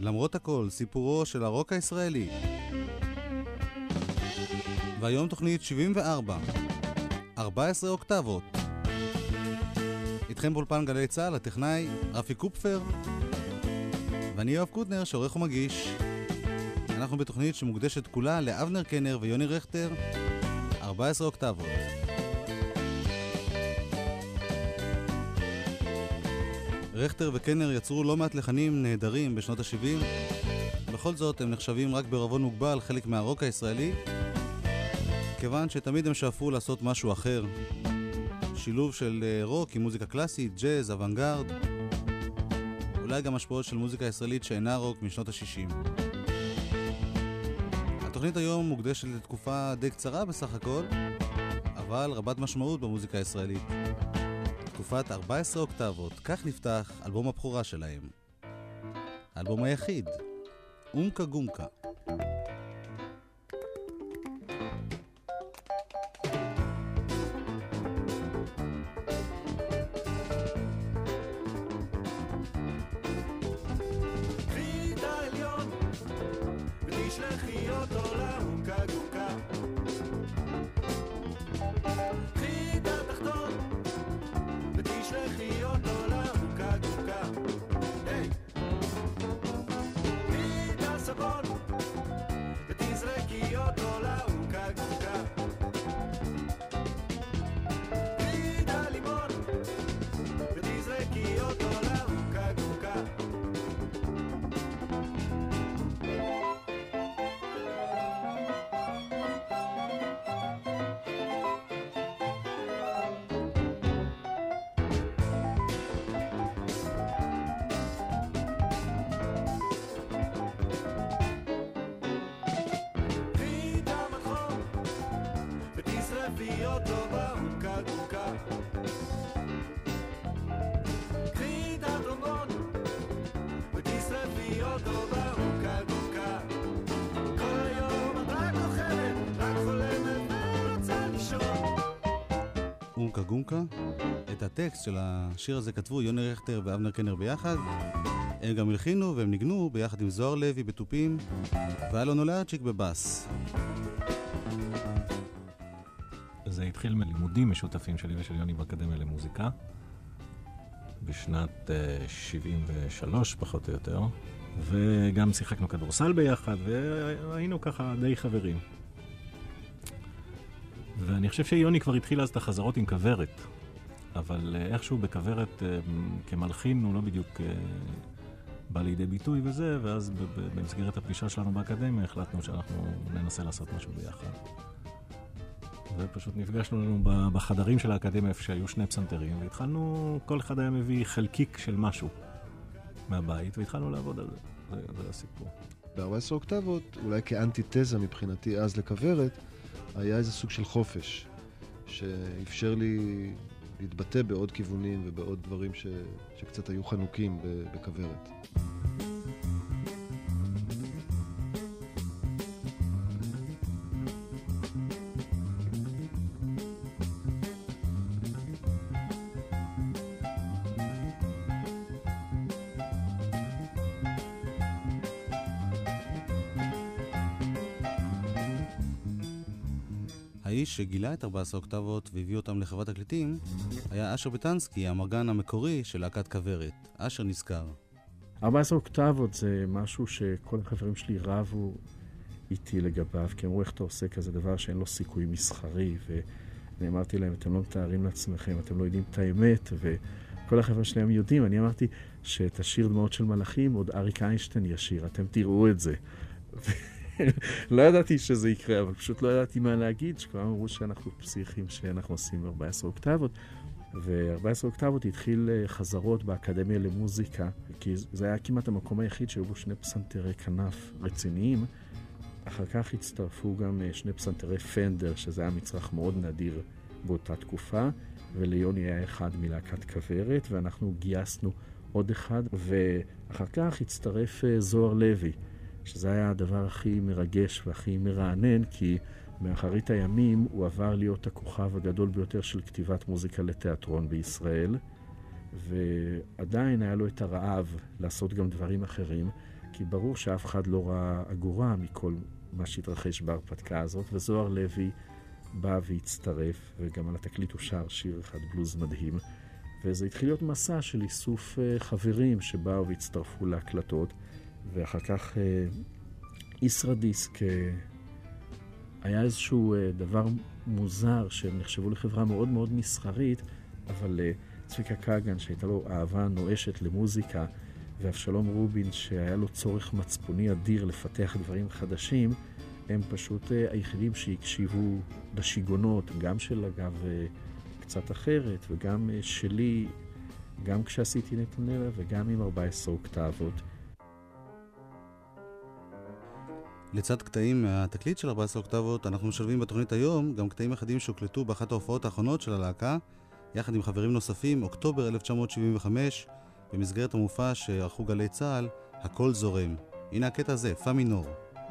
למרות הכל, סיפורו של הרוק הישראלי. והיום תוכנית 74, 14 אוקטבות. איתכם באולפן גלי צהל, הטכנאי רפי קופפר, ואני יואב קוטנר שעורך ומגיש. אנחנו בתוכנית שמוקדשת כולה לאבנר קנר ויוני רכטר, 14 אוקטבות. רכטר וקנר יצרו לא מעט לחנים נהדרים בשנות ה-70, בכל זאת הם נחשבים רק בערבון מוגבל חלק מהרוק הישראלי, כיוון שתמיד הם שאפו לעשות משהו אחר. שילוב של רוק עם מוזיקה קלאסית, ג'אז, אוונגרד, אולי גם השפעות של מוזיקה ישראלית שאינה רוק משנות ה-60. התוכנית היום מוקדשת לתקופה די קצרה בסך הכל, אבל רבת משמעות במוזיקה הישראלית. תקופת 14 אוקטבות, כך נפתח אלבום הבכורה שלהם. האלבום היחיד, אומקה גומקה. אומקה גומקה. את הטקסט של השיר הזה כתבו יוני רכטר ואבנר קנר ביחד. הם גם הלחינו והם ניגנו ביחד עם זוהר לוי בתופים ואלון אולרצ'יק בבאס. זה התחיל מלימודים משותפים שלי ושל יוני באקדמיה למוזיקה בשנת 73 פחות או יותר, וגם שיחקנו כדורסל ביחד והיינו ככה די חברים. ואני חושב שיוני כבר התחיל אז את החזרות עם כברת, אבל איכשהו בכברת כמלחין הוא לא בדיוק בא לידי ביטוי וזה, ואז במסגרת הפגישה שלנו באקדמיה החלטנו שאנחנו ננסה לעשות משהו ביחד. ופשוט נפגשנו לנו בחדרים של האקדמיה איפה שהיו שני פסנתרים, והתחלנו, כל אחד היה מביא חלקיק של משהו מהבית, והתחלנו לעבוד על זה. זה הסיפור. ב-14 אוקטבות, אולי כאנטיתזה מבחינתי אז לכברת, היה איזה סוג של חופש, שאפשר לי להתבטא בעוד כיוונים ובעוד דברים שקצת היו חנוקים בכברת. האיש שגילה את 14 אוקטבות והביא אותם לחברת תקליטים היה אשר בטנסקי, המרגן המקורי של להקת כברת. אשר נזכר. 14 אוקטבות זה משהו שכל החברים שלי רבו איתי לגביו, כי אמרו איך אתה עושה כזה דבר שאין לו סיכוי מסחרי, ואני אמרתי להם, אתם לא מתארים לעצמכם, אתם לא יודעים את האמת, וכל החברים שלי הם יודעים. אני אמרתי שאת השיר דמעות של מלאכים עוד אריק איינשטיין ישיר, אתם תראו את זה. לא ידעתי שזה יקרה, אבל פשוט לא ידעתי מה להגיד, שכולם אמרו שאנחנו פסיכים, שאנחנו עושים 14 אוקטבות, ו-14 אוקטבות התחיל חזרות באקדמיה למוזיקה, כי זה היה כמעט המקום היחיד שהיו בו שני פסנתרי כנף רציניים. אחר כך הצטרפו גם שני פסנתרי פנדר, שזה היה מצרך מאוד נדיר באותה תקופה, וליוני היה אחד מלהקת כברת, ואנחנו גייסנו עוד אחד, ואחר כך הצטרף זוהר לוי, שזה היה הדבר הכי מרגש והכי מרענן, כי מאחרית הימים הוא עבר להיות הכוכב הגדול ביותר של כתיבת מוזיקה לתיאטרון בישראל, ועדיין היה לו את הרעב לעשות גם דברים אחרים, כי ברור שאף אחד לא ראה אגורה מכל מה שהתרחש בהרפתקה הזאת, וזוהר לוי בא והצטרף, וגם על התקליט הוא שר שיר אחד בלוז מדהים, וזה התחיל להיות מסע של איסוף חברים שבאו והצטרפו להקלטות, ואחר כך ישרדיסק היה איזשהו דבר מוזר שהם נחשבו לחברה מאוד מאוד מסחרית, אבל צביקה קגן שהייתה לו אהבה נואשת למוזיקה, ואבשלום רובין שהיה לו צורך מצפוני אדיר לפתח דברים חדשים, הם פשוט היחידים שהקשיבו לשיגונות, גם של אגב קצת אחרת וגם שלי, גם כשעשיתי נתנאלה וגם עם 14 אוקטבות. לצד קטעים מהתקליט של 14 אוקטבות, אנחנו משלבים בתוכנית היום גם קטעים אחדים שהוקלטו באחת ההופעות האחרונות של הלהקה, יחד עם חברים נוספים, אוקטובר 1975, במסגרת המופע שערכו גלי צהל, הכל זורם. הנה הקטע הזה, פא מינור.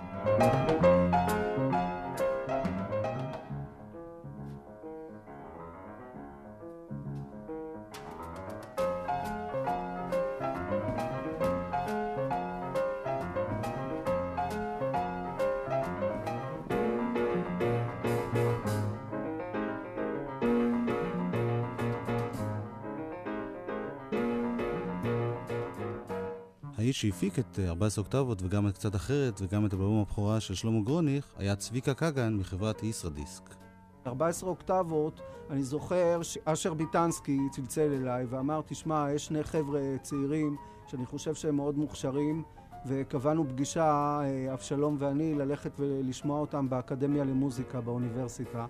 האיש שהפיק את 14 אוקטבות וגם את קצת אחרת וגם את אלבום הבכורה של שלמה גרוניך היה צביקה קגן מחברת ישרדיסק. 14 אוקטבות, אני זוכר שאשר ביטנסקי צלצל אליי ואמר, תשמע, יש שני חבר'ה צעירים שאני חושב שהם מאוד מוכשרים, וקבענו פגישה, אבשלום ואני, ללכת ולשמוע אותם באקדמיה למוזיקה באוניברסיטה,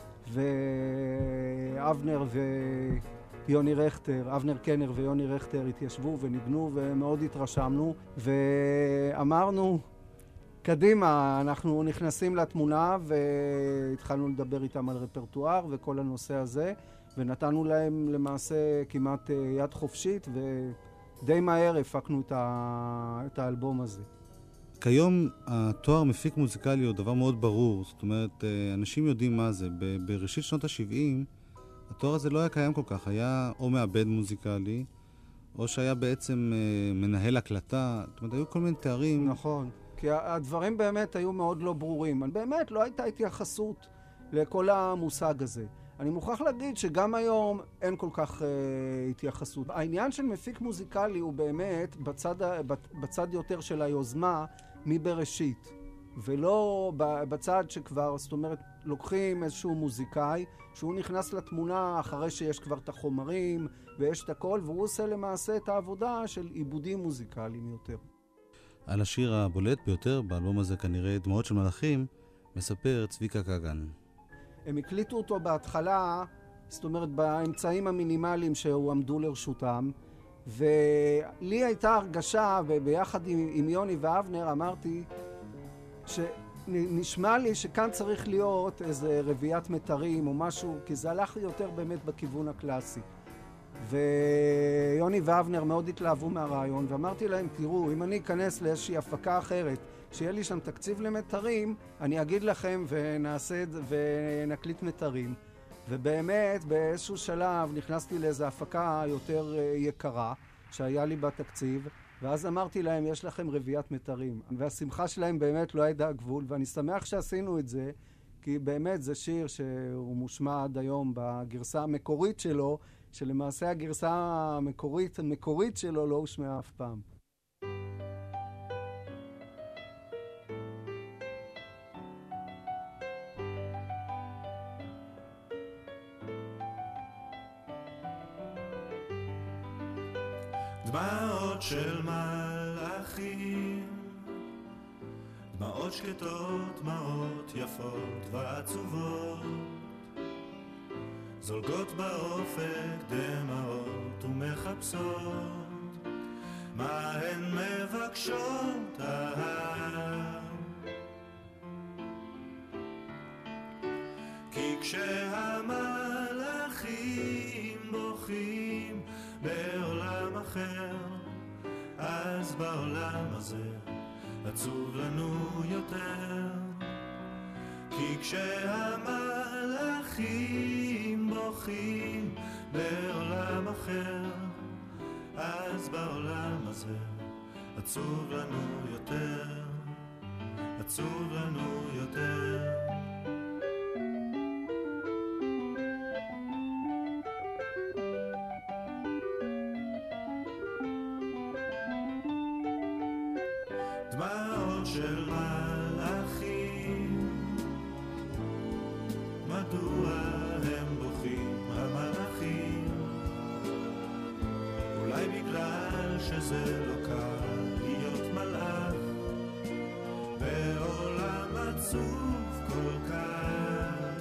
ואבנר יוני רכטר, אבנר קנר ויוני רכטר התיישבו וניגנו ומאוד התרשמנו, ואמרנו, קדימה, אנחנו נכנסים לתמונה והתחלנו לדבר איתם על רפרטואר וכל הנושא הזה, ונתנו להם למעשה כמעט יד חופשית, ודי מהר הפקנו את האלבום הזה. כיום התואר מפיק מוזיקלי הוא דבר מאוד ברור, זאת אומרת, אנשים יודעים מה זה. בראשית שנות ה-70, התואר הזה לא היה קיים כל כך, היה או מעבד מוזיקלי, או שהיה בעצם מנהל הקלטה, זאת אומרת, היו כל מיני תארים. נכון, כי הדברים באמת היו מאוד לא ברורים. באמת לא הייתה התייחסות לכל המושג הזה. אני מוכרח להגיד שגם היום אין כל כך התייחסות. העניין של מפיק מוזיקלי הוא באמת בצד יותר של היוזמה מבראשית. ולא בצד שכבר, זאת אומרת, לוקחים איזשהו מוזיקאי שהוא נכנס לתמונה אחרי שיש כבר את החומרים ויש את הכל, והוא עושה למעשה את העבודה של עיבודים מוזיקליים יותר. על השיר הבולט ביותר באלבום הזה, כנראה דמעות של מלאכים, מספר צביקה קגן. הם הקליטו אותו בהתחלה, זאת אומרת, באמצעים המינימליים שהועמדו לרשותם, ולי הייתה הרגשה, וביחד עם יוני ואבנר אמרתי, שנשמע לי שכאן צריך להיות איזה רביית מטרים או משהו, כי זה הלך לי יותר באמת בכיוון הקלאסי. ויוני ואבנר מאוד התלהבו מהרעיון, ואמרתי להם, תראו, אם אני אכנס לאיזושהי הפקה אחרת, שיהיה לי שם תקציב למטרים, אני אגיד לכם ונעשה את זה ונקליט מטרים. ובאמת, באיזשהו שלב נכנסתי לאיזו הפקה יותר יקרה, שהיה לי בתקציב, ואז אמרתי להם, יש לכם רביית מטרים. והשמחה שלהם באמת לא הייתה גבול, ואני שמח שעשינו את זה, כי באמת זה שיר שהוא מושמע עד היום בגרסה המקורית שלו, שלמעשה הגרסה המקורית שלו לא הושמעה אף פעם. דמעות של מלאכים, דמעות שקטות, דמעות יפות ועצובות, זולגות באופק דמעות ומחפשות מה הן מבקשות. כי כשהמלאכים בוכים בעולם אחר, אז בעולם הזה עצוב לנו יותר. כי כשהמלאכים בוכים בעולם אחר, אז בעולם הזה עצוב לנו יותר, עצוב לנו יותר. דמעות של מלאכים, מדוע הם בוכים המלאכים? אולי בגלל שזה לא קל להיות מלאך בעולם עצוב כל כך.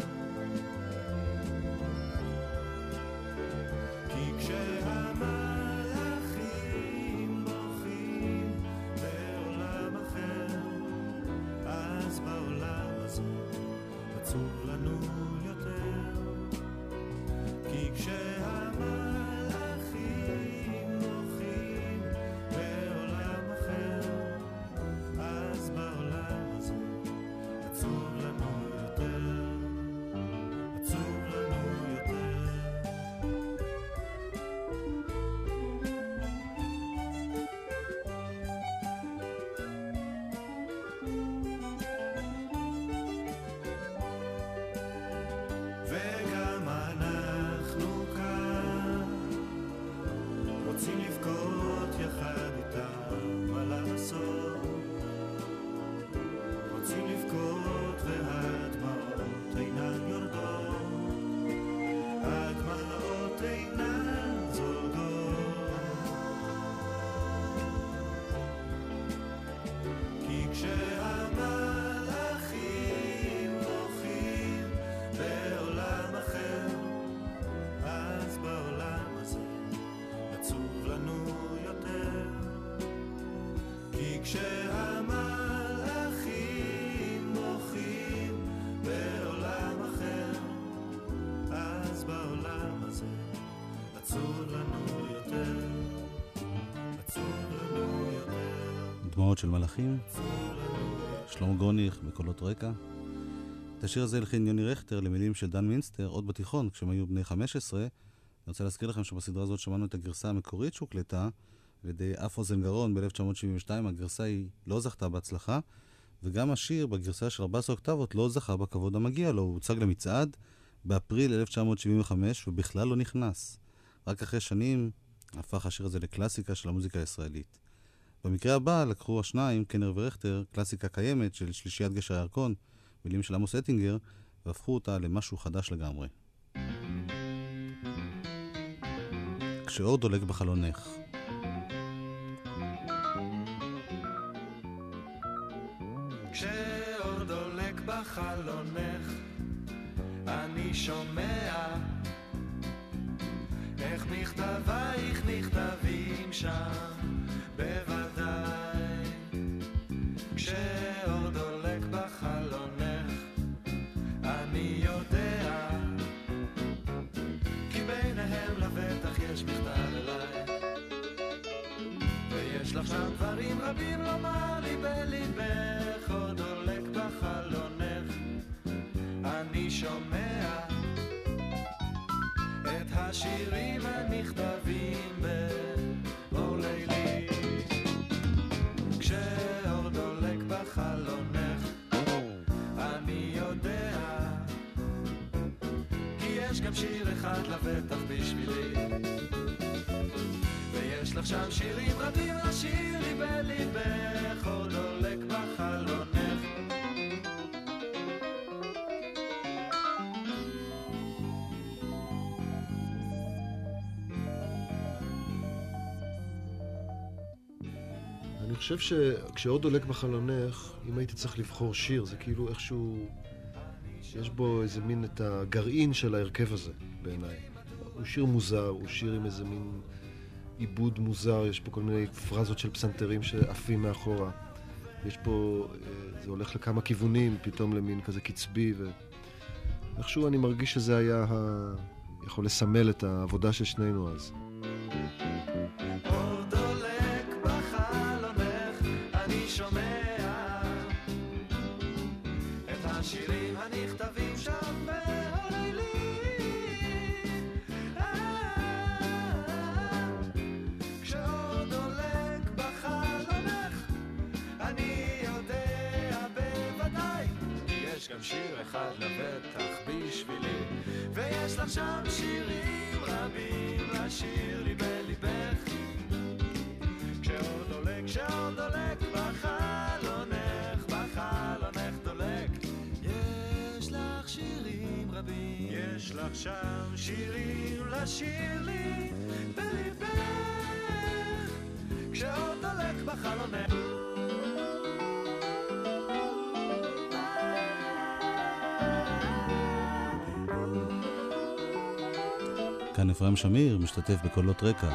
כי כשהמלאכים בוכים בעולם אחר, אז בעולם הזה עצוב לנו יותר. כי כשהמלאכים בוכים בעולם אחר, אז בעולם הזה עצוב לנו יותר, עצוב לנו יותר. וגם אנחנו כאן רוצים לבכות יחד איתם, מה לעשות? רוצים לבכות והדמעות אינן יורדות, הדמעות אינן זולגות. כי כשהמלאכים בוכים בעולם אחר, אז בעולם הזה עצוב לנו יותר. כי כשהמלאכים בוכים בעולם אחר, אז בעולם הזה עצוב לנו יותר, עצוב לנו יותר, דמעות של מלאכים, עצוב לנו יותר. שלמה גרוניך בקולות רקע. את השיר הזה הלחין יוני רכטר למילים של דן מינסטר עוד בתיכון כשהם היו בני 15. אני רוצה להזכיר לכם שבסדרה הזאת שמענו את הגרסה המקורית שהוקלטה על ידי אף אוזן גרון ב-1972. הגרסה היא לא זכתה בהצלחה, וגם השיר בגרסה של 14 אוקטבות לא זכה בכבוד המגיע לו. הוא הוצג למצעד באפריל 1975 ובכלל לא נכנס. רק אחרי שנים הפך השיר הזה לקלאסיקה של המוזיקה הישראלית. במקרה הבא לקחו השניים, קנר ורכטר, קלאסיקה קיימת של שלישיית גשר הירקון, מילים של עמוס אטינגר, והפכו אותה למשהו חדש לגמרי. כשאור דולק בחלונך. כשאור דולק בחלונך, אני שומע איך מכתבייך נכתבים שם, בוודאי. כשאור דולק בחלונך, אני יודע, כי ביניהם לבטח יש מכתב אליי, ויש לך שם דברים רבים לומר לי בליבך. אור דולק בחלונך, אני שומע את השירים הנכתבים באור לילי. כשאור דולק בחלונך, אני יודע, כי יש גם שיר אחד לבטח בשבילי, ויש לך שם שירים רבים לשיר לי בליבך. אור דולק בחלונך, אני חושב שכשאור דולק בחלונך, אם הייתי צריך לבחור שיר, זה כאילו איכשהו, יש בו איזה מין את הגרעין של ההרכב הזה בעיניי. הוא שיר מוזר, הוא שיר עם איזה מין עיבוד מוזר, יש פה כל מיני פרזות של פסנתרים שעפים מאחורה. יש פה, זה הולך לכמה כיוונים, פתאום למין כזה קצבי, ואיכשהו אני מרגיש שזה היה יכול לסמל את העבודה של שנינו אז. אור דולק בחלונך, אני שומע את השירים הנכתבים שם באור לילי. כשאור דולק בחלונך, שיר אחד לבטח בשבילי, ויש לך שם שירים רבים לשיר לי בליבך, כשעוד דולק בחלונך, בחלונך דולק. יש לך שירים רבים, יש לך שם שירים לשיר לי בליבך, כשעוד דולק בחלונך. כאן אפרים שמיר משתתף בקולות רקע.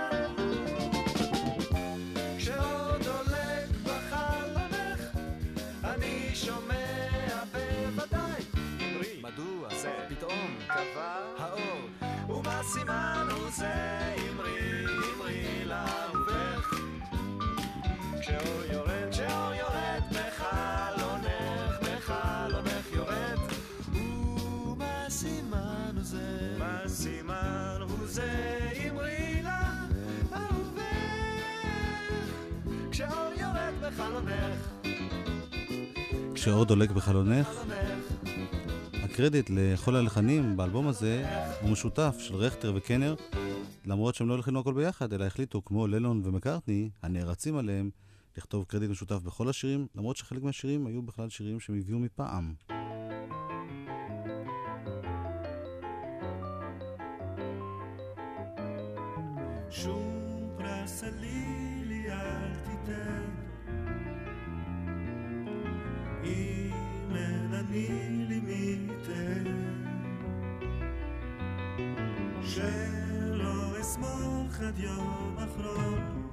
כשעוד דולק בחלונך אני שומע בוודאי, אמרי מדוע זה פתאום קבע האור, ומה סימן הוא זה, אמרי לאהובך. כשאור יורד בחלונך, בחלונך יורד, ומה סימן הוא זה, מה סימן הוא זה, אמרי לאהובך. כשאור יורד בחלונך, כשאור דולק בחלונך. הקרדיט לכל הלחנים באלבום הזה הוא משותף של רכטר וקנר, למרות שהם לא הלחינו הכל ביחד, אלא החליטו, כמו לנון ומקארטני, הנערצים עליהם, לכתוב קרדיט משותף בכל השירים, למרות שחלק מהשירים היו בכלל שירים שהם הביאו מפעם. שום פרס לי אל תיתן, אם אין אני לי מי ייתן, שלא אסמוך עד יום אחרון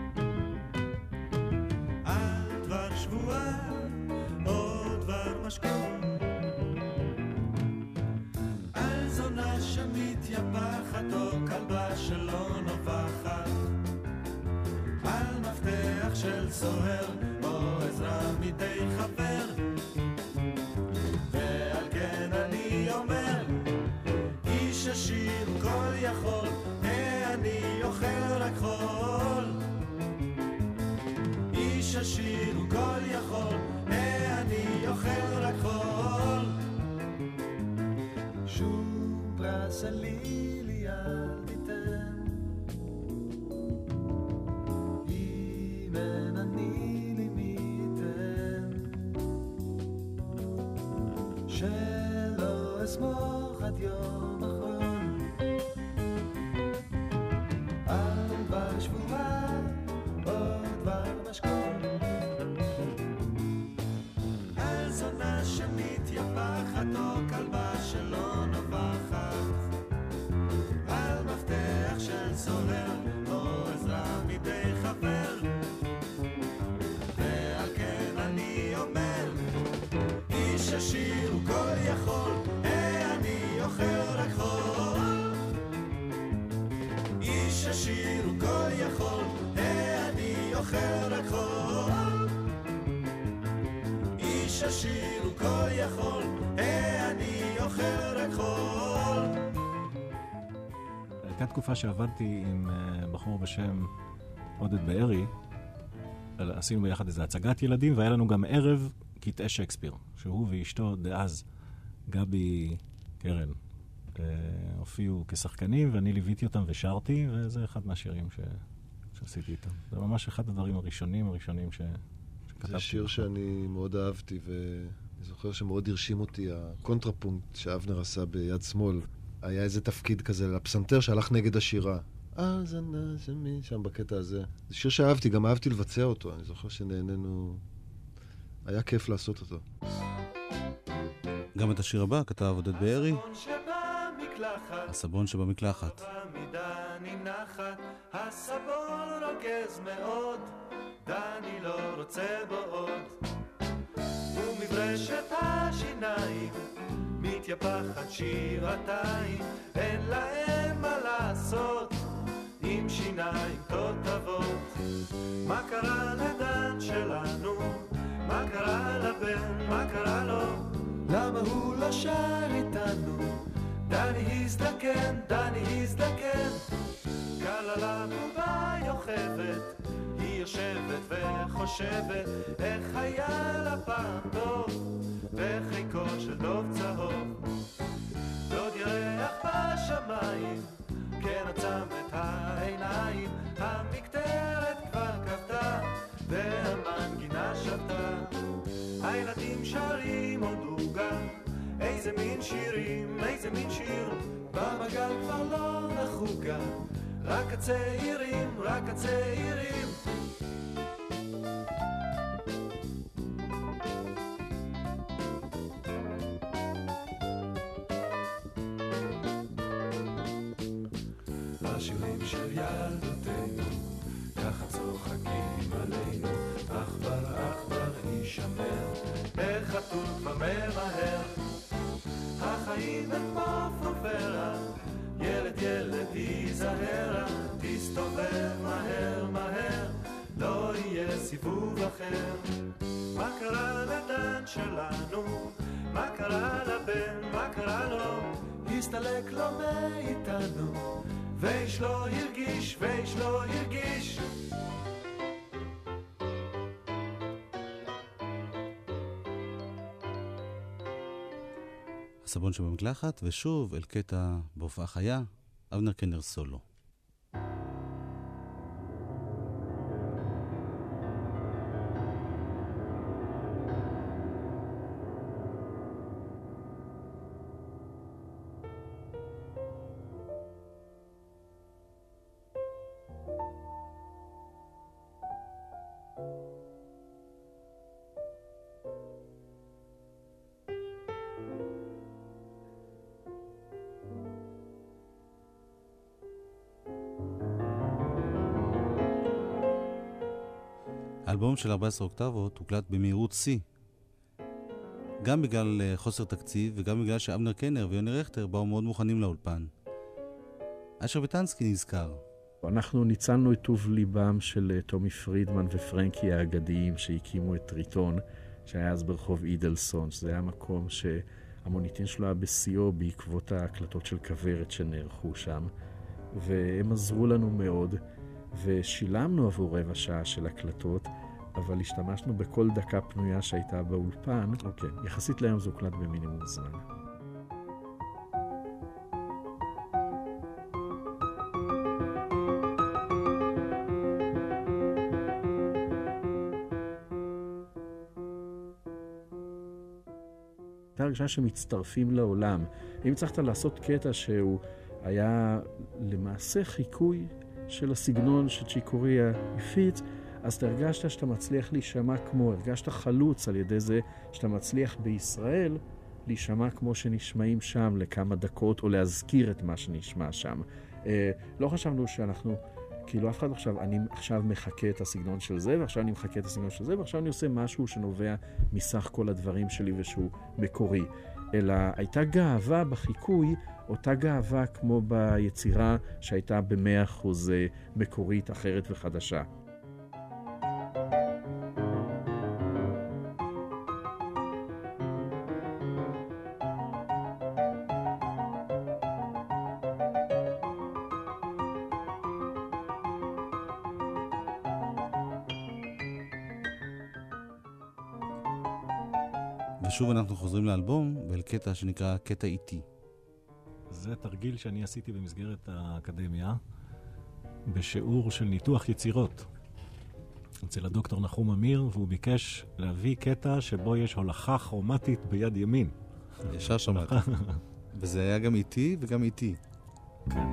על דבר שבועה או דבר משכון, על זונה שמתייפחת או כלבה שלא נובחת, על מפתח של סוהר או עזרה מדי חבר, ועל כן אני אומר, איש עשיר כל יכול, אני אוכל רק חול. איש עשיר כל יכול, אני אוכל רק חול. שום פרס לי אל תיתן, אם אין אני לי מי ייתן, שלא אסמוך עד יום אחרון על דבר שבועה או דבר משכון, על זונה שמתייפחת או כלבה שלא נובחת, על מפתח של סוהר או עזרה מדי חבר, ועל כן אני אומר, איש עשיר הוא כל יכול, אני אוכל רק חול. איש עשיר הוא כל יכול, אני אוכל רק חול. איש עשיר הוא כל יכול, אני אוכל רק חול. הייתה תקופה שעבדתי עם בחור בשם עודד בארי, עשינו ביחד איזו הצגת ילדים, והיה לנו גם ערב קטעי שייקספיר, שהוא ואשתו דאז גבי קרן הופיעו כשחקנים, ואני ליוויתי אותם ושרתי, וזה אחד מהשירים שעשיתי איתם. זה ממש אחד הדברים הראשונים שכתבתי. זה שיר שאני מאוד אהבתי, ואני זוכר שמאוד הרשים אותי, הקונטרפונקט שאבנר עשה ביד שמאל. היה איזה תפקיד כזה לפסנתר שהלך נגד השירה. אז אני שמי שם בקטע הזה. זה שיר שאהבתי, גם אהבתי לבצע אותו. אני זוכר שנהנינו, היה כיף לעשות אותו. גם את השיר הבא כתב עודד בארי, הסבון שבמקלחת. הסבון רוגז מאוד, דני לא רוצה בו עוד, ומברשת השיניים מתייפחת שירתיים, אין להם מה לעשות עם שיניים תותבות. מה קרה לדן שלנו? מה קרה לבן? מה קרה לו? למה הוא לא שר איתנו? דני הזדקן, דני הזדקן, קלה לנו ביוחדת, היא יושבת וחושבת איך היה לה פעם טוב וחיקו של דוב צהוב דוד ירח בשמיים כן עצם את העיניים המקטרת כבר כבתה והמנגינה שבתה הילדים שרים עוד עוגה איזה מין שירים, איזה מין שיר במגל כבר לא נחוגה רק הצעירים, רק הצעירים השירים של ילדותינו ככה צוחקים עלינו עכבר יישמר החתול כבר ממהר החיים הם כמו פורפרה ילד ילד תיזהר תסתובב מהר מהר לא יהיה סיבוב אחר מה קרה לדן שלנו מה קרה לבן מה קרה לו הסתלק לו מאיתנו ואיש לא הרגיש ואיש לא הרגיש הסבון שבמקלחת, ושוב אל קטע בהופעה חיה, אבנר קנר סולו. האלבום של 14 אוקטבות הוקלט במהירות C. גם בגלל חוסר תקציב וגם בגלל שאבנר קנר ויוני רכטר באו מאוד מוכנים לאולפן. אשר ויטנסקי נזכר. אנחנו ניצלנו את טוב ליבם של טומי פרידמן ופרנקי האגדיים שהקימו את טריטון, שהיה אז ברחוב אידלסון, שזה היה מקום שהמוניטין שלו היה בשיאו בעקבות ההקלטות של כוורת שנערכו שם, והם עזרו לנו מאוד, ושילמנו עבור רבע שעה של הקלטות, אבל השתמשנו בכל דקה פנויה שהייתה באולפן. אוקיי, יחסית להיום זה הוקלט במינימום זמן. הייתה הרגשה שמצטרפים לעולם. אם הצלחת לעשות קטע שהוא היה למעשה חיקוי של הסגנון שצ'יקוריה הפיץ, אז אתה הרגשת שאתה מצליח להישמע כמו, הרגשת חלוץ על ידי זה שאתה מצליח בישראל להישמע כמו שנשמעים שם לכמה דקות, או להזכיר את מה שנשמע שם. לא חשבנו שאנחנו, כאילו אף אחד עכשיו, אני עכשיו מחכה את הסגנון של זה, ועכשיו אני מחכה את הסגנון של זה, ועכשיו אני עושה משהו שנובע מסך כל הדברים שלי ושהוא מקורי. אלא הייתה גאווה בחיקוי, אותה גאווה כמו ביצירה שהייתה ב100% מקורית, אחרת וחדשה. ושוב אנחנו חוזרים לאלבום, ואל קטע שנקרא קטע איטי. זה תרגיל שאני עשיתי במסגרת האקדמיה, בשיעור של ניתוח יצירות. אצל הדוקטור נחום אמיר, והוא ביקש להביא קטע שבו יש הולכה כרומטית ביד ימין. ישר שמעתי. וזה היה גם איטי וגם איטי. כן.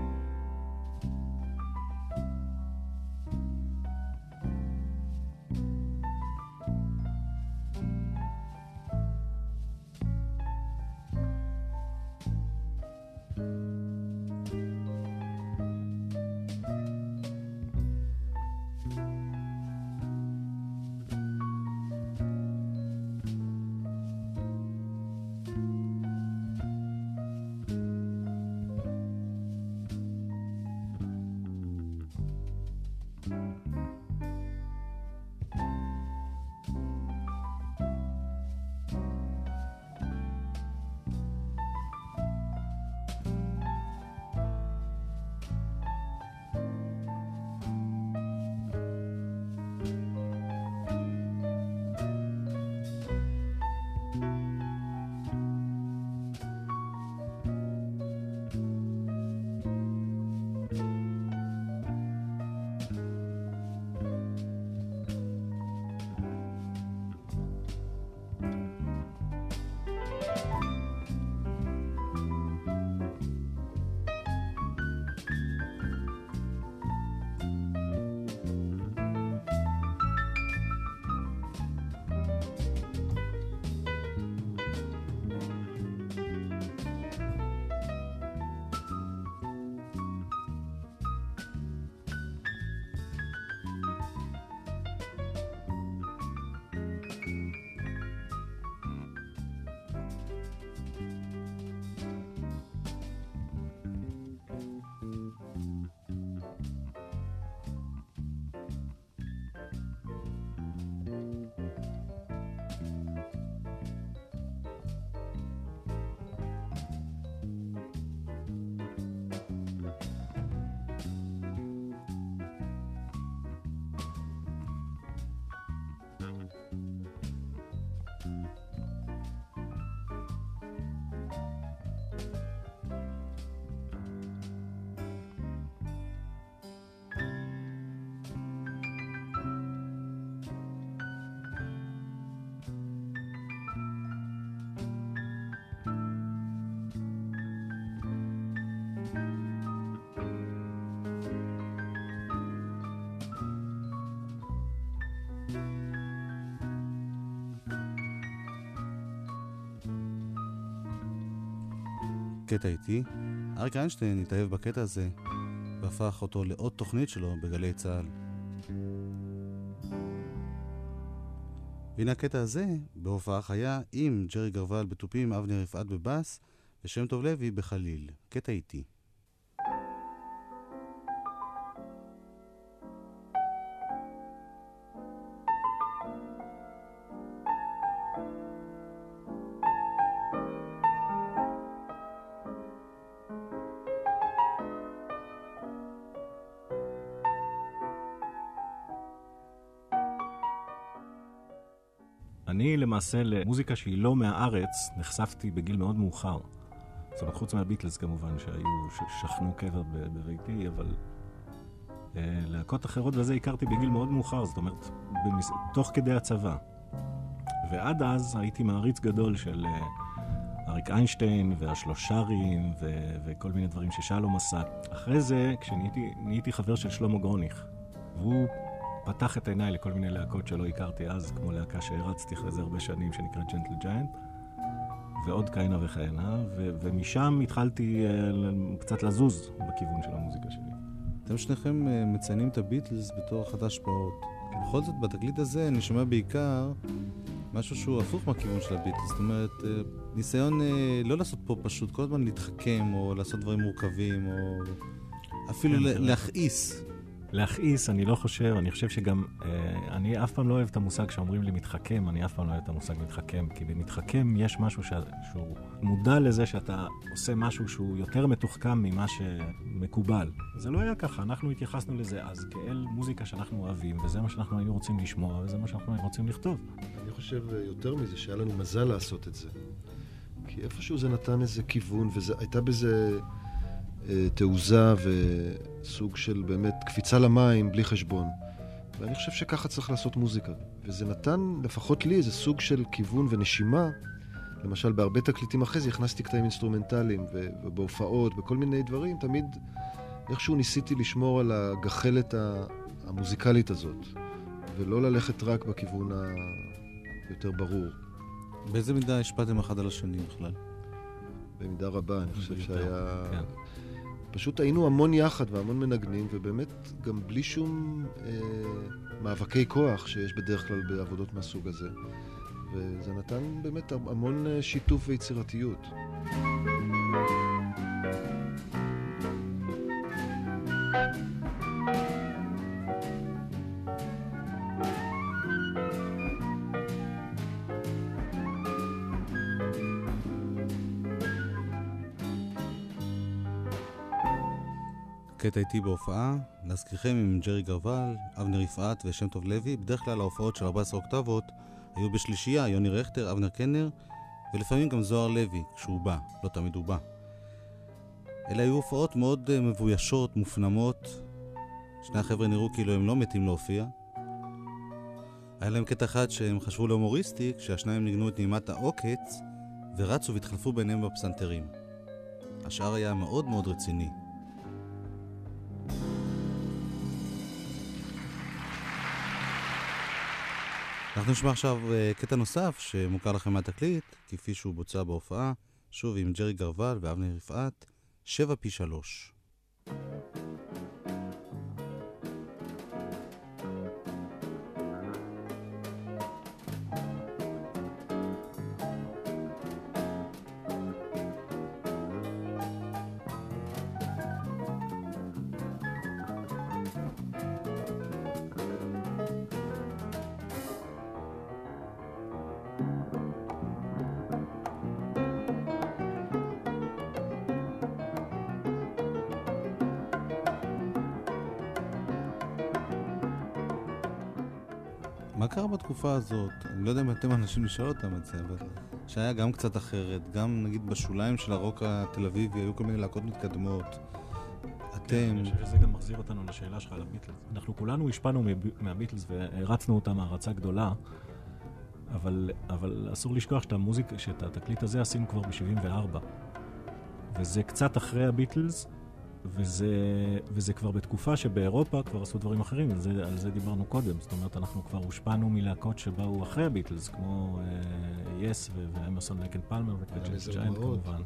קטע איתי, אריק איינשטיין התאהב בקטע הזה והפך אותו לעוד תוכנית שלו בגלי צהל. והנה הקטע הזה בהופעה חיה עם ג'רי גרוואל בתופים, אבנר יפעת בבאס ושם טוב לוי בחליל. קטע איתי. אני למעשה למוזיקה שהיא לא מהארץ נחשפתי בגיל מאוד מאוחר. זאת אומרת, חוץ מהביטלס כמובן ששכנו קבר בביתי, אבל להקות אחרות וזה הכרתי בגיל מאוד מאוחר, זאת אומרת, תוך כדי הצבא. ועד אז הייתי מעריץ גדול של אריק איינשטיין והשלושרים וכל מיני דברים ששלום עשה. אחרי זה, כשנהייתי חבר של שלמה גרוניך, והוא פתח את עיניי לכל מיני להקות שלא הכרתי אז, כמו להקה שהרצתי אחרי זה הרבה שנים, שנקראת ג'נטל ג'יינט, ועוד כהנה וכהנה, ומשם התחלתי קצת לזוז בכיוון של המוזיקה שלי. אתם שניכם מציינים את הביטלס בתור אחת ההשפעות. בכל זאת, בתקליט הזה אני שומע בעיקר משהו שהוא הפוך מהכיוון של הביטלס. זאת אומרת, ניסיון לא לעשות פה פשוט, כל הזמן להתחכם, או לעשות דברים מורכבים, או אפילו להכעיס. להכעיס, אני לא חושב, אני חושב שגם, אני אף פעם לא אוהב את המושג שאומרים לי מתחכם, אני אף פעם לא אוהב את המושג מתחכם, כי במתחכם יש משהו שהוא מודע לזה שאתה עושה משהו שהוא יותר מתוחכם ממה שמקובל. זה לא היה ככה, אנחנו התייחסנו לזה אז כאל מוזיקה שאנחנו אוהבים, וזה מה שאנחנו היינו רוצים לשמוע, וזה מה שאנחנו היינו רוצים לכתוב. אני חושב יותר מזה שהיה לנו מזל לעשות את זה. כי איפשהו זה נתן איזה כיוון, והייתה בזה תעוזה וסוג של באמת קפיצה למים בלי חשבון. ואני חושב שככה צריך לעשות מוזיקה. וזה נתן, לפחות לי, איזה סוג של כיוון ונשימה. למשל, בהרבה תקליטים אחרי זה הכנסתי קטעים אינסטרומנטליים, ובהופעות, בכל מיני דברים, תמיד איכשהו ניסיתי לשמור על הגחלת המוזיקלית הזאת, ולא ללכת רק בכיוון היותר ברור. באיזה מידה השפעתם אחד על השני בכלל? במידה רבה, אני חושב שהיה... כן. פשוט היינו המון יחד והמון מנגנים, ובאמת גם בלי שום מאבקי כוח שיש בדרך כלל בעבודות מהסוג הזה. וזה נתן באמת המון שיתוף ויצירתיות. קטע איתי בהופעה, להזכירכם עם ג'רי גרוואל, אבנר יפעת ושם טוב לוי. בדרך כלל ההופעות של 14 אוקטבות היו בשלישייה, יוני רכטר, אבנר קנר, ולפעמים גם זוהר לוי, כשהוא בא, לא תמיד הוא בא. אלה היו הופעות מאוד מבוישות, מופנמות. שני החבר'ה נראו כאילו הם לא מתים להופיע. היה להם קטע אחד שהם חשבו להומוריסטי, כשהשניים ניגנו את נעימת העוקץ, ורצו והתחלפו ביניהם בפסנתרים. השאר היה מאוד מאוד רציני. אנחנו נשמע עכשיו קטע נוסף שמוכר לכם מהתקליט, כפי שהוא בוצע בהופעה, שוב עם ג'רי גרוואל ואבנר יפעת, 7x3. מה קרה בתקופה הזאת? אני לא יודע אם אתם אנשים לשאול אותם את זה, אבל שהיה גם קצת אחרת, גם נגיד בשוליים של הרוק התל אביבי היו כל מיני להקות מתקדמות. אתם... אני חושב שזה גם מחזיר אותנו לשאלה שלך על הביטלס. אנחנו כולנו השפענו מהביטלס והרצנו אותם הערצה גדולה, אבל אסור לשכוח שאת התקליט הזה עשינו כבר ב-74. וזה קצת אחרי הביטלס, וזה כבר בתקופה שבאירופה כבר עשו דברים אחרים, על זה דיברנו קודם. זאת אומרת, אנחנו כבר הושפענו מלהקות שבאו אחרי הביטלס, כמו יס ואמרסון לייק אנד פלמר וג'יימס ג'יינט כמובן.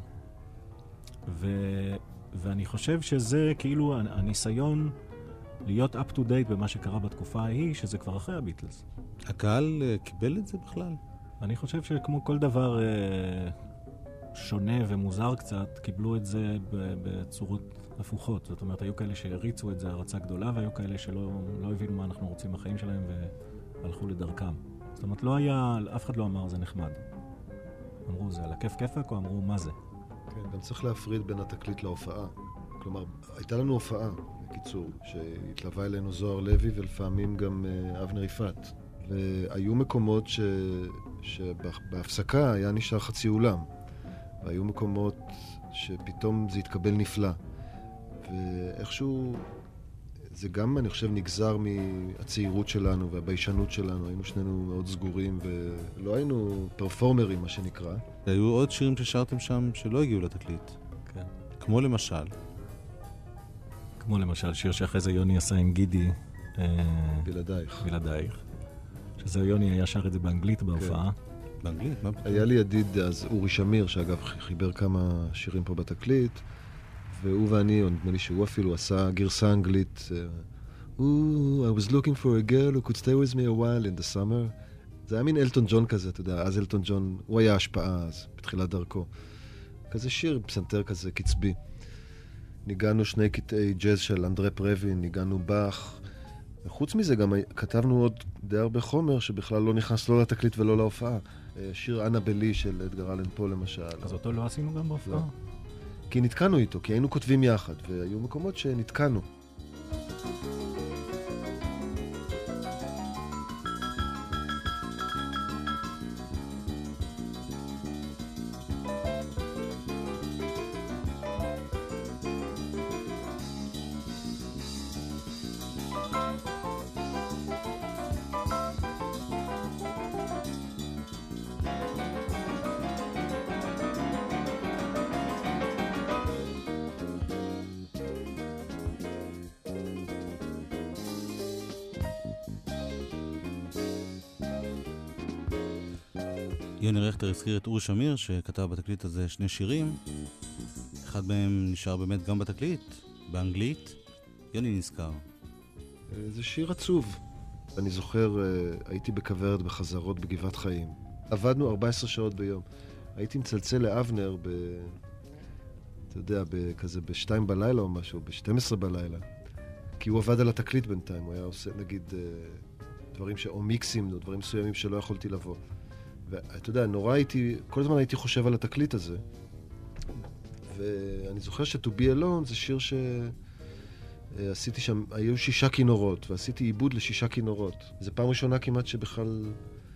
ואני חושב שזה כאילו הניסיון להיות up to date במה שקרה בתקופה ההיא, שזה כבר אחרי הביטלס. הקהל קיבל את זה בכלל? אני חושב שכמו כל דבר שונה ומוזר קצת, קיבלו את זה בצורות הפוכות. זאת אומרת, היו כאלה שהריצו את זה הרצה גדולה, והיו כאלה שלא הבינו מה אנחנו רוצים בחיים שלהם והלכו לדרכם. זאת אומרת, אף אחד לא אמר זה נחמד. אמרו זה על הכיף כיפק, או אמרו מה זה? כן, גם צריך להפריד בין התקליט להופעה. כלומר, הייתה לנו הופעה, בקיצור, שהתלווה אלינו זוהר לוי ולפעמים גם אבנר יפת. והיו מקומות שבהפסקה היה נשאר חצי אולם. והיו מקומות שפתאום זה התקבל נפלא. ואיכשהו זה גם, אני חושב, נגזר מהצעירות שלנו והביישנות שלנו. היינו שנינו מאוד סגורים ולא היינו פרפורמרים, מה שנקרא. היו עוד שירים ששרתם שם שלא הגיעו לתקליט. כן. כמו למשל? כמו למשל שיר שאחרי זה יוני עשה עם גידי. בלעדייך. בלעדייך. שזה יוני היה שר את זה באנגלית בהופעה. כן. באנגלית? מה פתאום? היה לי ידיד אז אורי שמיר, שאגב חיבר כמה שירים פה בתקליט, והוא ואני, או נדמה לי שהוא אפילו עשה גרסה אנגלית, I was looking for a girl who could stay with me a while in the summer. זה היה מין אלטון ג'ון כזה, אתה יודע, אז אלטון ג'ון, הוא היה השפעה אז, בתחילת דרכו. כזה שיר, פסנתר כזה, קצבי. ניגענו שני קטעי ג'אז של אנדרה פרווין, ניגענו באך, וחוץ מזה גם כתבנו עוד די הרבה חומר שבכלל לא נכנס לא לתקליט ולא להופעה. שיר אנה בלי של אדגר אלן פו למשל. אז אותו לא עשינו גם בהופעה? לא. כי נתקענו איתו, כי היינו כותבים יחד, והיו מקומות שנתקענו. יוני רכטר הזכיר את אורי שמיר שכתב בתקליט הזה שני שירים. אחד מהם נשאר באמת גם בתקליט, באנגלית. יוני נזכר. זה שיר עצוב. אני זוכר, הייתי בכוורת בחזרות בגבעת חיים. עבדנו 14 שעות ביום. הייתי מצלצל לאבנר אתה יודע, כזה ב-2 בלילה או משהו, ב-12 בלילה. כי הוא עבד על התקליט בינתיים. הוא היה עושה, נגיד, דברים או מיקסים, או דברים מסוימים שלא יכולתי לבוא. ואתה יודע, כל הזמן הייתי חושב על התקליט הזה. ואני זוכר ש-To Be Alone זה שיר שעשיתי שם, היו 6 כינורות, ועשיתי עיבוד ל6 כינורות. זו פעם ראשונה כמעט שבכלל,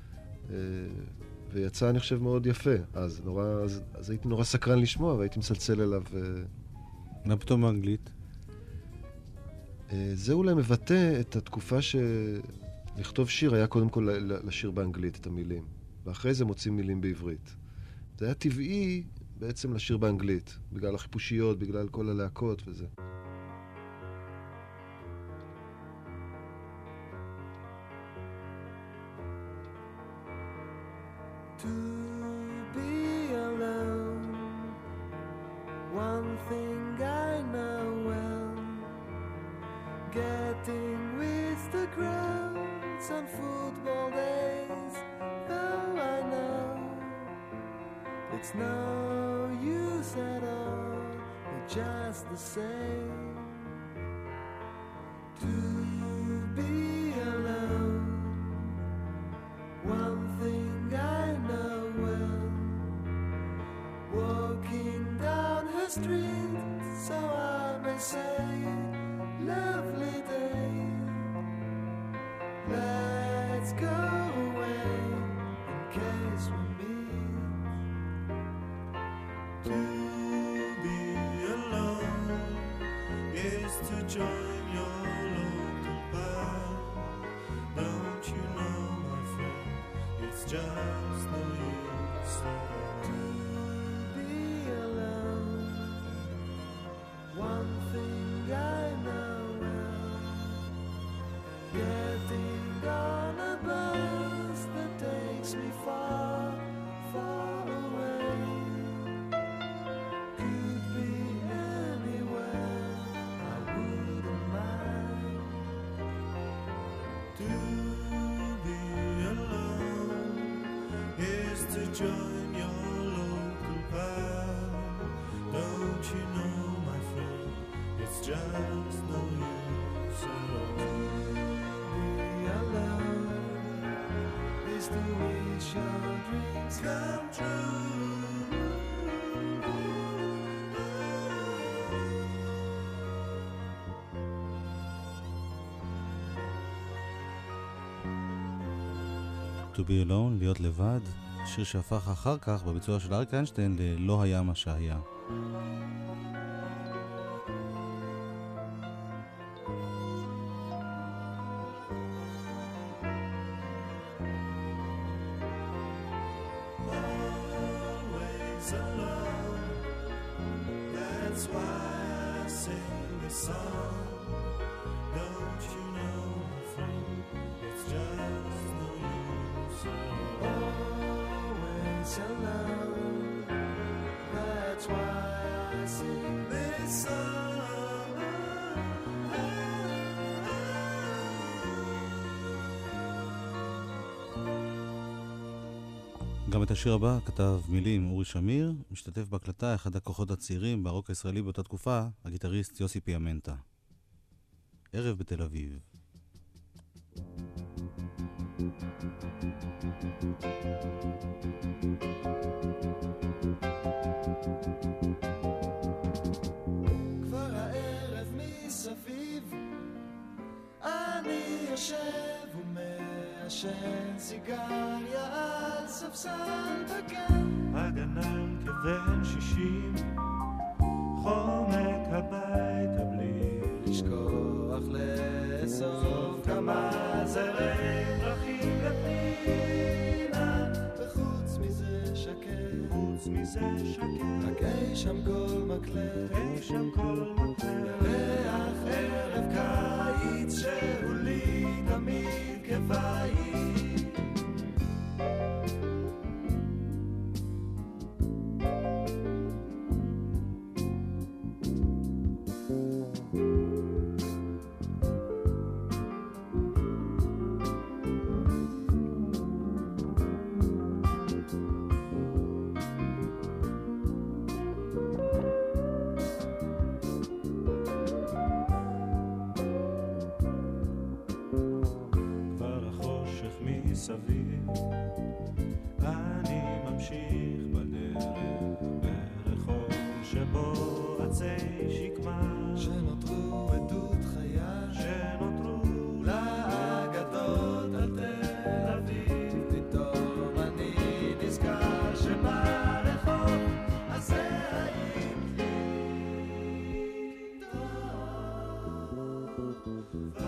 ויצא אני חושב מאוד יפה. אז הייתי נורא סקרן לשמוע, והייתי מצלצל אליו. מה פתאום באנגלית? זה אולי מבטא את התקופה לכתוב שיר היה קודם כל לשיר באנגלית את המילים. ואחרי זה מוצאים מילים בעברית. זה היה טבעי בעצם לשיר באנגלית, בגלל החיפושיות, בגלל כל הלהקות וזה. To be alone, one thing I know well, getting with the crowds on football days, though I know it's no use at all, we're just the same. To be alone, one thing I know well, walking down her street, so I may say, lovely day, let's go away in case we meet. To be alone is to join your local bar. Don't you know, my friend, it's just no use to be alone. One thing join your local pal. Don't you know, my friend, it's just no use at all. To be alone is to wish your dreams come true. To be alone, להיות לבד, שיר שהפך אחר כך בביצוע של אריק איינשטיין ללא היה מה שהיה. Always alone, that's why I sing this song. Don't you know, my friend, it's just no use at all. Always alone, that's why I sing this song. גם את השיר הבא כתב מילים אורי שמיר, משתתף בהקלטה אחד הכוחות הצעירים ברוק הישראלי באותה תקופה, הגיטריסט יוסי פיאמנטה. ערב בתל אביב. כבר הערב מסביב, אני יושב ומעשן סיגריה על ספסל בגן. הגנן כבן 60 חומק הביתה בלי לשכוח לאסוף כמה זרי פרחים לפנינה. וחוץ מזה שקט, חוץ מזה שקט, רק אי שם כל מקלט, אי שם כל מקלט, ריח ערב קיץ שהוא לי תמיד כבית. מסביב אני ממשיך בדרך ברחוב שבו עצי שקמה שנותרו עדות חיה שנותרו לאגדות על תל אביב. פתאום אני נזכר שברחוב הזה היית לי טוב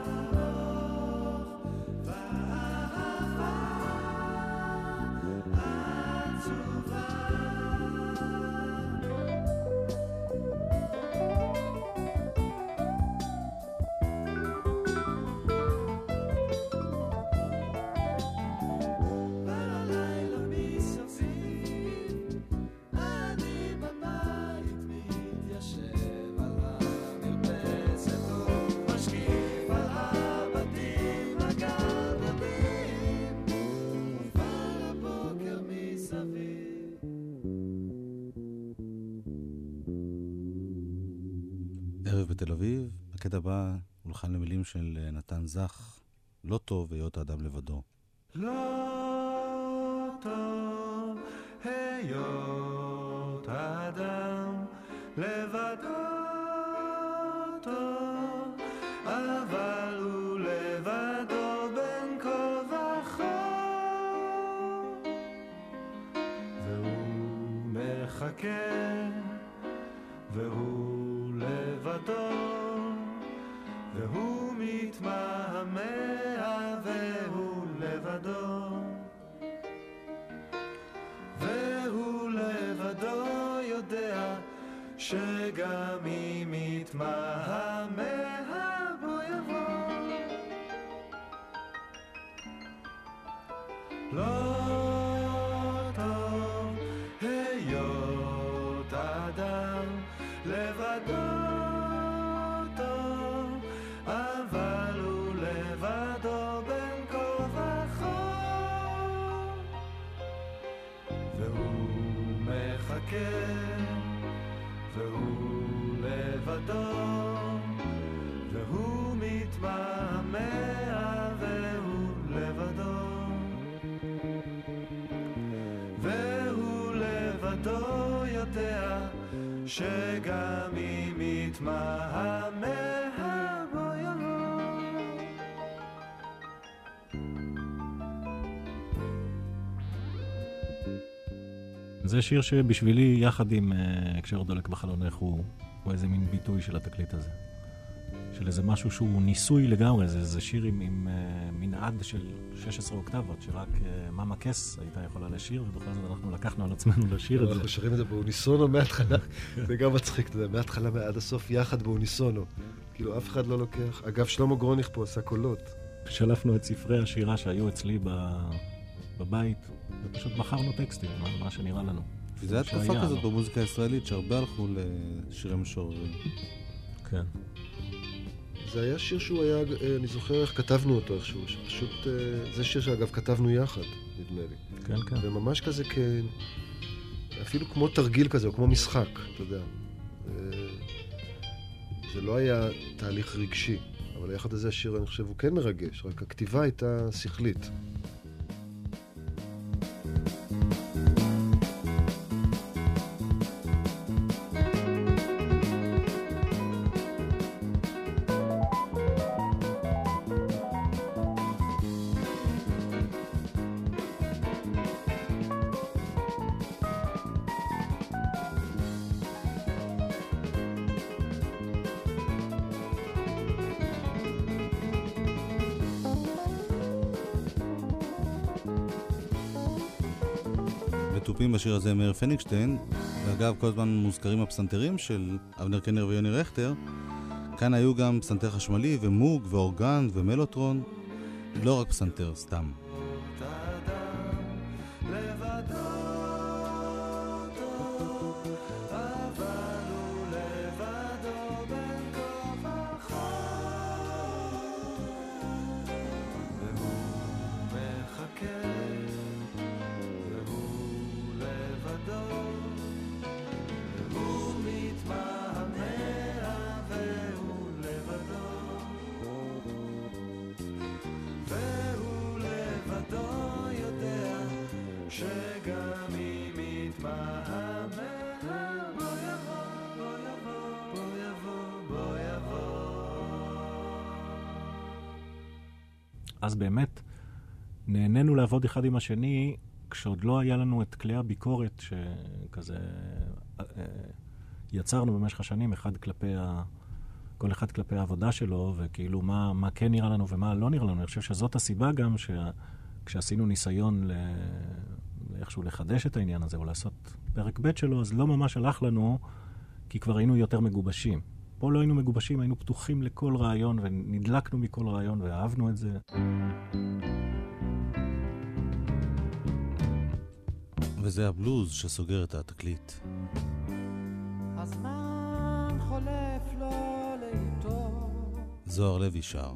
בתל אביב. הקטע הבא הולחן למילים של נתן זך, לא טוב היות האדם לבדו. לא טוב היות האדם לבדו טוב, אבל הוא לבדו בין כה וכה, והוא מחכה והוא לבדו, והוא מתמהמה והוא לבדו, והוא לבדו יודע שגם אם מתמהמה בו יבוא. לא טוב היות האדם לבדו טוב, אבל הוא לבדו בין כה וכה, מחכה והוא לבדו והוא מתמהמה והוא לבדו והוא לבדו יודע שגם אם מתמהמה בוא יבוא. זה שיר שבשבילי, יחד עם הקשר דולק בחלונך, הוא איזה מין ביטוי של התקליט הזה. של איזה משהו שהוא ניסוי לגמרי. זה שיר עם מנעד של 16 אוקטבות, שרק מאמה קס הייתה יכולה לשיר, ובכל זאת אנחנו לקחנו על עצמנו לשיר את זה. אנחנו שרים את זה באוניסונו מההתחלה. זה גם מצחיק, אתה יודע, מההתחלה עד הסוף יחד באוניסונו. כאילו אף אחד לא לוקח. אגב, שלמה גרוניך פה עשה קולות. שלפנו את ספרי השירה שהיו אצלי בבית, ופשוט בחרנו טקסטים, מה שנראה לנו. זה היה תקופה כזאת במוזיקה הישראלית, שהרבה הלכו לשירי משוררים. כן. זה היה שיר שהוא היה, אני זוכר איך כתבנו אותו איכשהו, שפשוט, זה שיר שאגב כתבנו יחד, נדמה לי. כן, כן. וממש כזה אפילו כמו תרגיל כזה, או כמו משחק, אתה יודע. זה לא היה תהליך רגשי, אבל יחד הזה השיר, אני חושב, הוא כן מרגש, רק הכתיבה הייתה שכלית. תופים בשיר הזה מאיר פניגשטיין, ואגב כל הזמן מוזכרים הפסנתרים של אבנר קנר ויוני רכטר. כאן היו גם פסנתר חשמלי ומוג ואורגן ומלוטרון, לא רק פסנתר, סתם. אז באמת נהנינו לעבוד אחד עם השני, כשעוד לא היה לנו את כלי הביקורת שכזה יצרנו במשך השנים, כל אחד כלפי העבודה שלו, וכאילו מה כן נראה לנו ומה לא נראה לנו. אני חושב שזאת הסיבה גם כשעשינו ניסיון איכשהו לחדש את העניין הזה, או לעשות פרק ב' שלו, אז לא ממש הלך לנו, כי כבר היינו יותר מגובשים. פה לא היינו מגובשים, היינו פתוחים לכל רעיון, ונדלקנו מכל רעיון, ואהבנו את זה. וזה הבלוז שסוגר את התקליט. הזמן חולף לו לאיתו, זוהר לוי שר.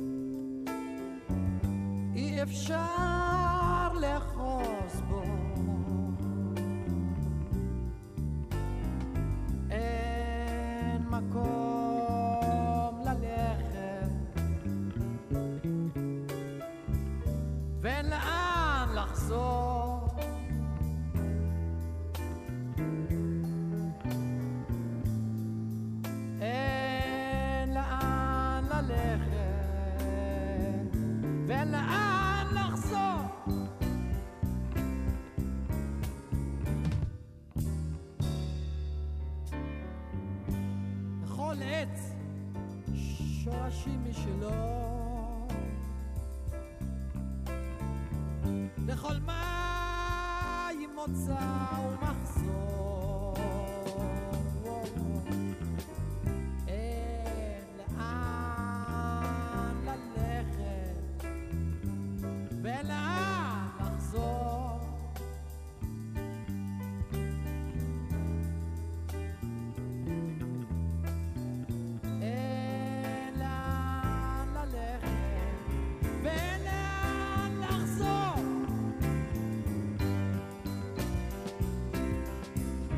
אי אפשר לחוז בו, אין מקום ללכת ואין לאן לחזור, אין לאן ללכת ואין לאן לחזור. לכל עץ שורשים משלו, לכל מים מוצא ומחזור, אין לאן ללכת ואין לאן לחזור. אין לאן ללכת ואין לאן לחזור.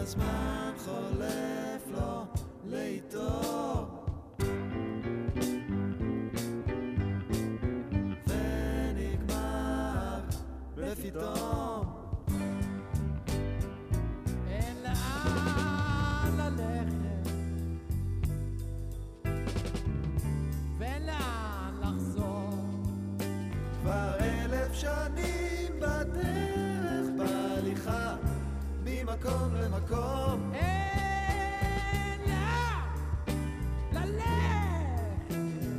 הזמן חולף לו לאיתו ונגמר בפתאום אין לאן ללכת ולאן לחזור כבר 1000 שנים בדרך בהליכה ממקום למקום אין לאן ללכת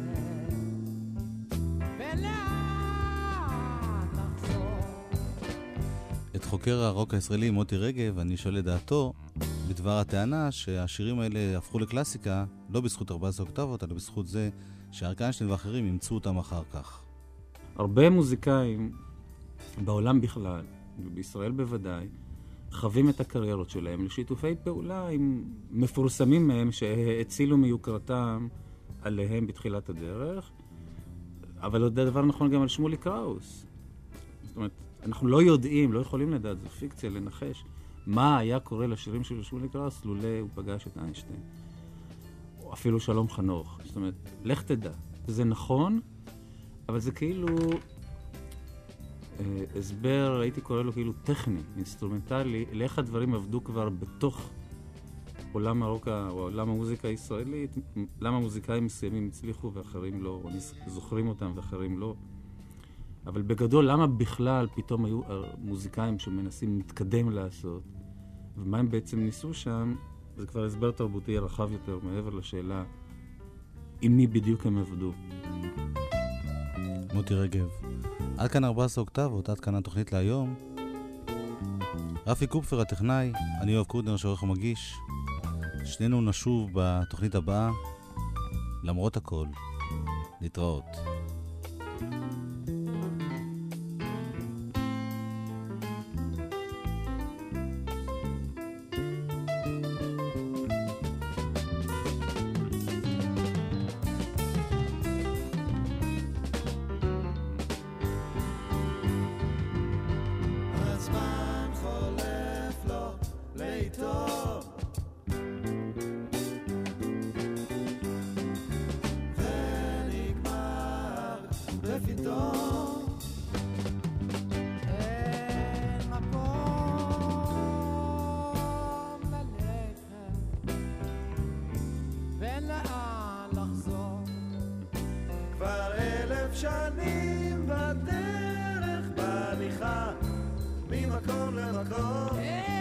ולאן לחזור את חוקר הרוק הישראלי מוטי רגב אני שואל לדעתו בדבר הטענה שהשירים האלה הפכו לקלאסיקה לא בזכות 14 אוקטבות, אלא בזכות זה שאריק איינשטיין ואחרים ימצאו אותם אחר כך. הרבה מוזיקאים בעולם בכלל, ובישראל בוודאי, חווים את הקריירות שלהם לשיתופי פעולה עם מפורסמים מהם שהצילו מיוקרתם עליהם בתחילת הדרך, אבל עוד דבר נכון גם על שמולי קראוס. זאת אומרת, אנחנו לא יודעים, לא יכולים לדעת, זו פיקציה, לנחש, מה היה קורה לשירים של שמולי קראוס לולא הוא פגש את איינשטיין. או אפילו שלום חנוך. זאת אומרת, לך תדע. זה נכון, אבל זה כאילו הסבר, הייתי קורא לו כאילו טכני, אינסטרומנטלי, לאיך הדברים עבדו כבר בתוך עולם הרוק, או עולם המוזיקה הישראלית, למה מוזיקאים מסוימים הצליחו ואחרים לא, או זוכרים אותם ואחרים לא. אבל בגדול, למה בכלל פתאום היו מוזיקאים שמנסים להתקדם לעשות, ומה הם בעצם ניסו שם, זה כבר הסבר תרבותי רחב יותר, מעבר לשאלה עם מי בדיוק הם עבדו. מוטי רגב. עד כאן 14 אוקטבות, עד כאן התוכנית להיום. רפי קופפר הטכנאי, אני יואב קודנר שעורך ומגיש. שנינו נשוב בתוכנית הבאה, למרות הכל. להתראות. הזמן חולף לו לאיתו ונגמר בפתאום אין מקום ללכת ולאן לחזור כבר 1000 שנים בדרך בהליכה ממקום למקום